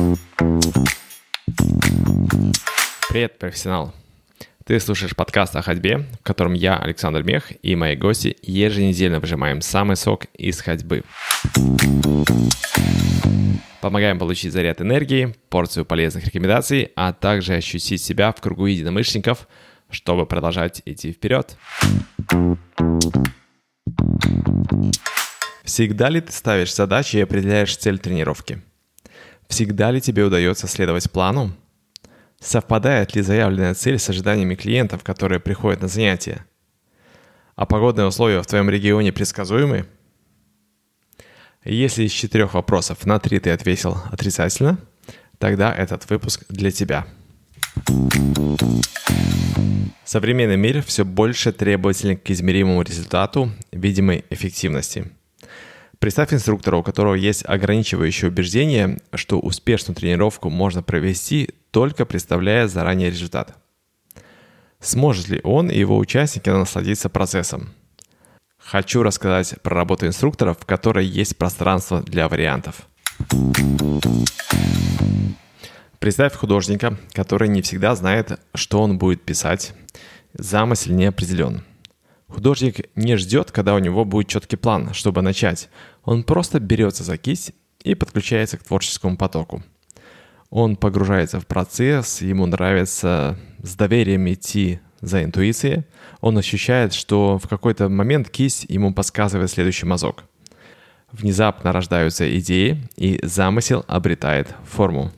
Привет, профессионал! Ты слушаешь подкаст о ходьбе, в котором я, Александр Мех, и мои гости еженедельно выжимаем самый сок из ходьбы. Помогаем получить заряд энергии, порцию полезных рекомендаций, а также ощутить себя в кругу единомышленников, чтобы продолжать идти вперед. Всегда ли ты ставишь задачи и определяешь цель тренировки? Всегда ли тебе удается следовать плану? Совпадает ли заявленная цель с ожиданиями клиентов, которые приходят на занятия? А погодные условия в твоем регионе предсказуемы? Если из 4 вопросов на 3 ты ответил отрицательно, тогда этот выпуск для тебя. Современный мир все больше требователен к измеримому результату, видимой эффективности. Представь инструктора, у которого есть ограничивающее убеждение, что успешную тренировку можно провести, только представляя заранее результат. Сможет ли он и его участники насладиться процессом? Хочу рассказать про работу инструкторов, в которой есть пространство для вариантов. Представь художника, который не всегда знает, что он будет писать. Замысел не определен. Художник не ждет, когда у него будет четкий план, чтобы начать. Он просто берется за кисть и подключается к творческому потоку. Он погружается в процесс, ему нравится с доверием идти за интуицией. Он ощущает, что в какой-то момент кисть ему подсказывает следующий мазок. Внезапно рождаются идеи, и замысел обретает форму.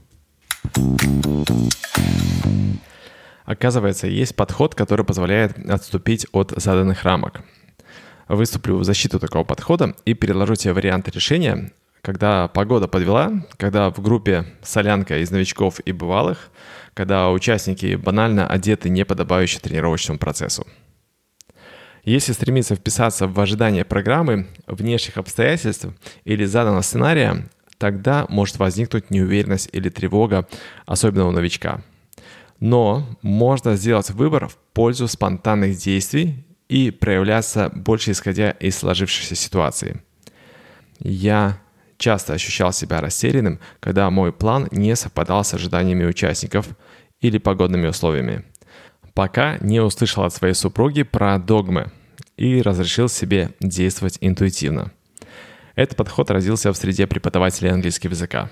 Оказывается, есть подход, который позволяет отступить от заданных рамок. Выступлю в защиту такого подхода и предложу тебе варианты решения, когда погода подвела, когда в группе солянка из новичков и бывалых, когда участники банально одеты неподобающе тренировочному процессу. Если стремиться вписаться в ожидание программы, внешних обстоятельств или заданного сценария, тогда может возникнуть неуверенность или тревога, особенно у новичка. Но можно сделать выбор в пользу спонтанных действий и проявляться больше исходя из сложившейся ситуации. Я часто ощущал себя растерянным, когда мой план не совпадал с ожиданиями участников или погодными условиями, пока не услышал от своей супруги про догмы и разрешил себе действовать интуитивно. Этот подход родился в среде преподавателей английского языка.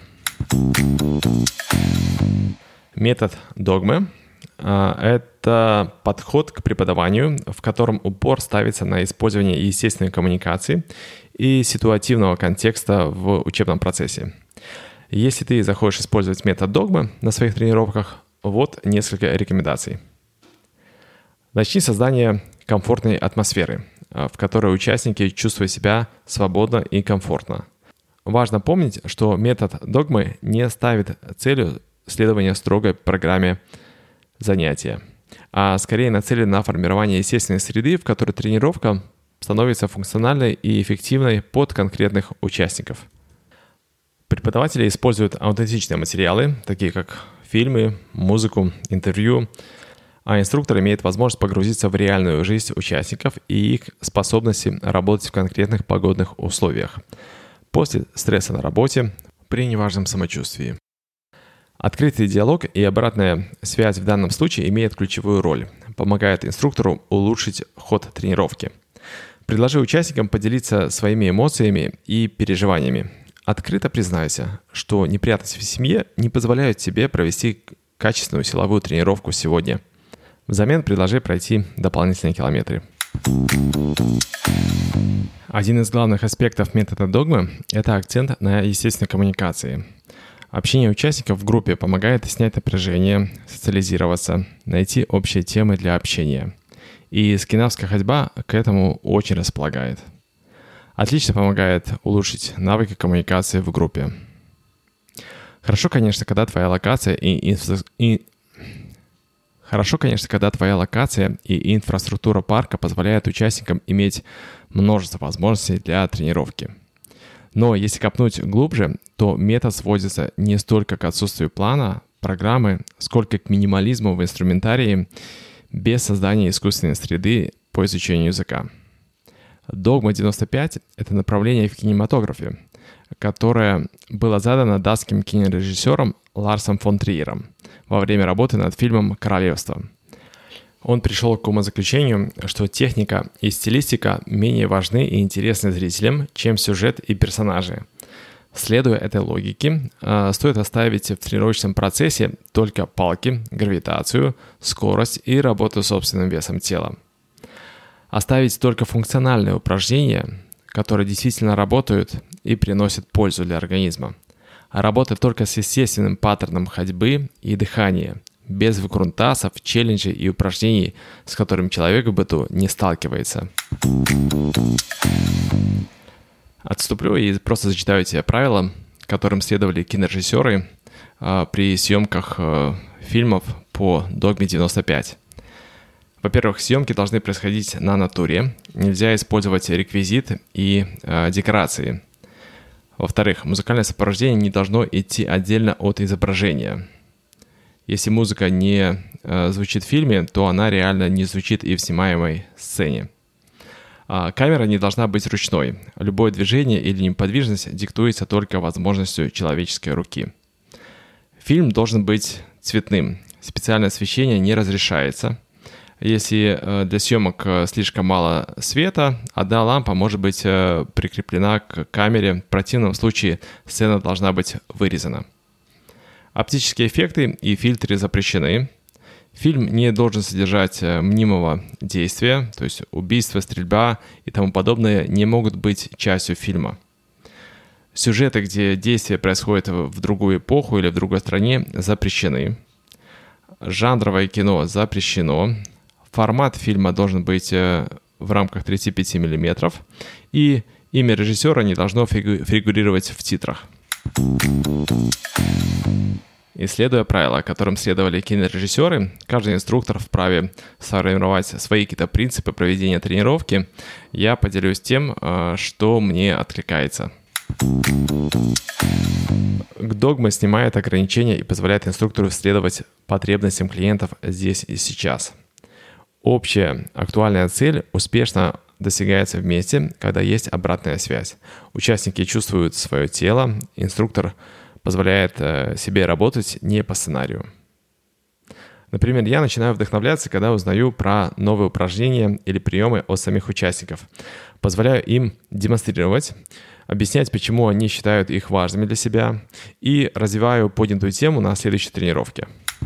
Метод догмы – это подход к преподаванию, в котором упор ставится на использование естественной коммуникации и ситуативного контекста в учебном процессе. Если ты захочешь использовать метод догмы на своих тренировках, вот несколько рекомендаций. Начни с создания комфортной атмосферы, в которой участники чувствуют себя свободно и комфортно. Важно помнить, что метод догмы не ставит целью следование строгой программе занятия, а скорее нацелен на формирование естественной среды, в которой тренировка становится функциональной и эффективной под конкретных участников. Преподаватели используют аутентичные материалы, такие как фильмы, музыку, интервью, а инструктор имеет возможность погрузиться в реальную жизнь участников и их способности работать в конкретных погодных условиях, после стресса на работе, при неважном самочувствии. Открытый диалог и обратная связь в данном случае имеют ключевую роль, помогает инструктору улучшить ход тренировки. Предложи участникам поделиться своими эмоциями и переживаниями. Открыто признайся, что неприятности в семье не позволяют тебе провести качественную силовую тренировку сегодня. Взамен предложи пройти дополнительные километры. Один из главных аспектов метода догмы – это акцент на естественной коммуникации. Общение участников в группе помогает снять напряжение, социализироваться, найти общие темы для общения. И скандинавская ходьба к этому очень располагает. Отлично помогает улучшить навыки коммуникации в группе. Хорошо, конечно, когда твоя локация и инфраструктура парка позволяют участникам иметь множество возможностей для тренировки. Но если копнуть глубже, то метод сводится не столько к отсутствию плана, программы, сколько к минимализму в инструментарии без создания искусственной среды по изучению языка. Догма 95 — это направление в кинематографе, которое было задано датским кинорежиссером Ларсом фон Триером во время работы над фильмом «Королевство». Он пришел к умозаключению, что техника и стилистика менее важны и интересны зрителям, чем сюжет и персонажи. Следуя этой логике, стоит оставить в тренировочном процессе только палки, гравитацию, скорость и работу с собственным весом тела. Оставить только функциональные упражнения, которые действительно работают и приносят пользу для организма. А работать только с естественным паттерном ходьбы и дыхания, без выкрутасов, челленджей и упражнений, с которыми человек в быту не сталкивается. Отступлю и просто зачитаю тебе правила, которым следовали кинорежиссеры при съемках фильмов по «Догме 95». Во-первых, съемки должны происходить на натуре, нельзя использовать реквизит и декорации. Во-вторых, музыкальное сопровождение не должно идти отдельно от изображения. Если музыка не звучит в фильме, то она реально не звучит и в снимаемой сцене. Камера не должна быть ручной. Любое движение или неподвижность диктуется только возможностью человеческой руки. Фильм должен быть цветным. Специальное освещение не разрешается. Если для съемок слишком мало света, одна лампа может быть прикреплена к камере. В противном случае сцена должна быть вырезана. Оптические эффекты и фильтры запрещены. Фильм не должен содержать мнимого действия, то есть убийства, стрельба и тому подобное не могут быть частью фильма. Сюжеты, где действие происходит в другую эпоху или в другой стране, запрещены. Жанровое кино запрещено. Формат фильма должен быть в рамках 35 мм, и имя режиссера не должно фигурировать в титрах. Исследуя правила, которым следовали кинорежиссеры, каждый инструктор вправе сформировать свои какие-то принципы проведения тренировки. Я поделюсь тем, что мне откликается. Догма снимает ограничения и позволяет инструктору следовать потребностям клиентов здесь и сейчас. Общая актуальная цель успешно достигается вместе, когда есть обратная связь. Участники чувствуют свое тело, инструктор позволяет себе работать не по сценарию. Например, я начинаю вдохновляться, когда узнаю про новые упражнения или приемы от самих участников. Позволяю им демонстрировать, объяснять, почему они считают их важными для себя, и развиваю поднятую тему на следующей тренировке.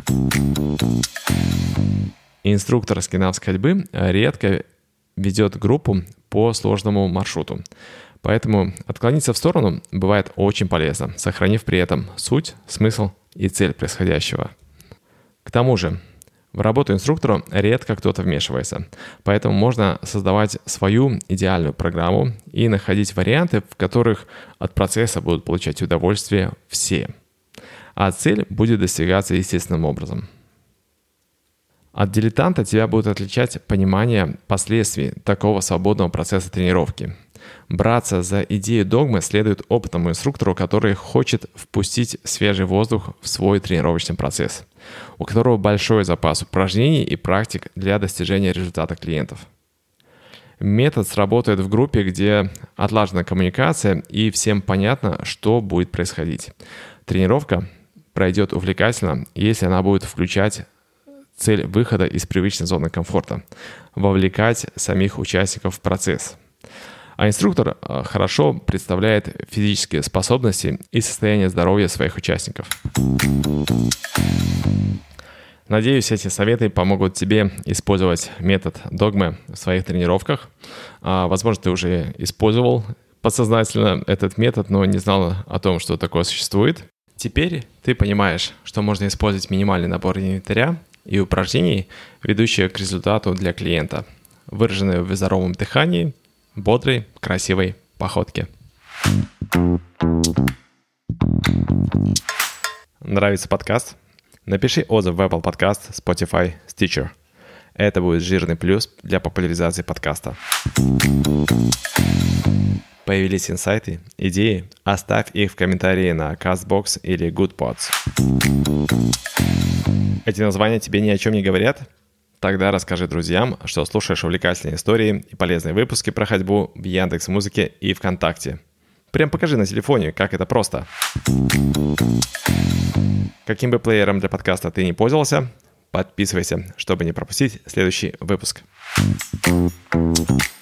Инструктор скандинавской ходьбы редко ведет группу по сложному маршруту. Поэтому отклониться в сторону бывает очень полезно, сохранив при этом суть, смысл и цель происходящего. К тому же, в работу инструктора редко кто-то вмешивается, поэтому можно создавать свою идеальную программу и находить варианты, в которых от процесса будут получать удовольствие все, а цель будет достигаться естественным образом. От дилетанта тебя будет отличать понимание последствий такого свободного процесса тренировки. Браться за идею догмы следует опытному инструктору, который хочет впустить свежий воздух в свой тренировочный процесс, у которого большой запас упражнений и практик для достижения результата клиентов. Метод сработает в группе, где отлажена коммуникация и всем понятно, что будет происходить. Тренировка пройдет увлекательно, если она будет включать цель выхода из привычной зоны комфорта, вовлекать самих участников в процесс. А инструктор хорошо представляет физические способности и состояние здоровья своих участников. Надеюсь, эти советы помогут тебе использовать метод догмы в своих тренировках. Возможно, ты уже использовал подсознательно этот метод, но не знал о том, что такое существует. Теперь ты понимаешь, что можно использовать минимальный набор инвентаря и упражнений, ведущие к результату для клиента, выраженные в здоровом дыхании, бодрой, красивой походке. Нравится подкаст? Напиши отзыв в Apple Podcast, Spotify, Stitcher. Это будет жирный плюс для популяризации подкаста. Появились инсайты, идеи? Оставь их в комментарии на CastBox или GoodPods. Эти названия тебе ни о чем не говорят? Тогда расскажи друзьям, что слушаешь увлекательные истории и полезные выпуски про ходьбу в Яндекс.Музыке и ВКонтакте. Прям покажи на телефоне, как это просто. Каким бы плеером для подкаста ты не пользовался, подписывайся, чтобы не пропустить следующий выпуск.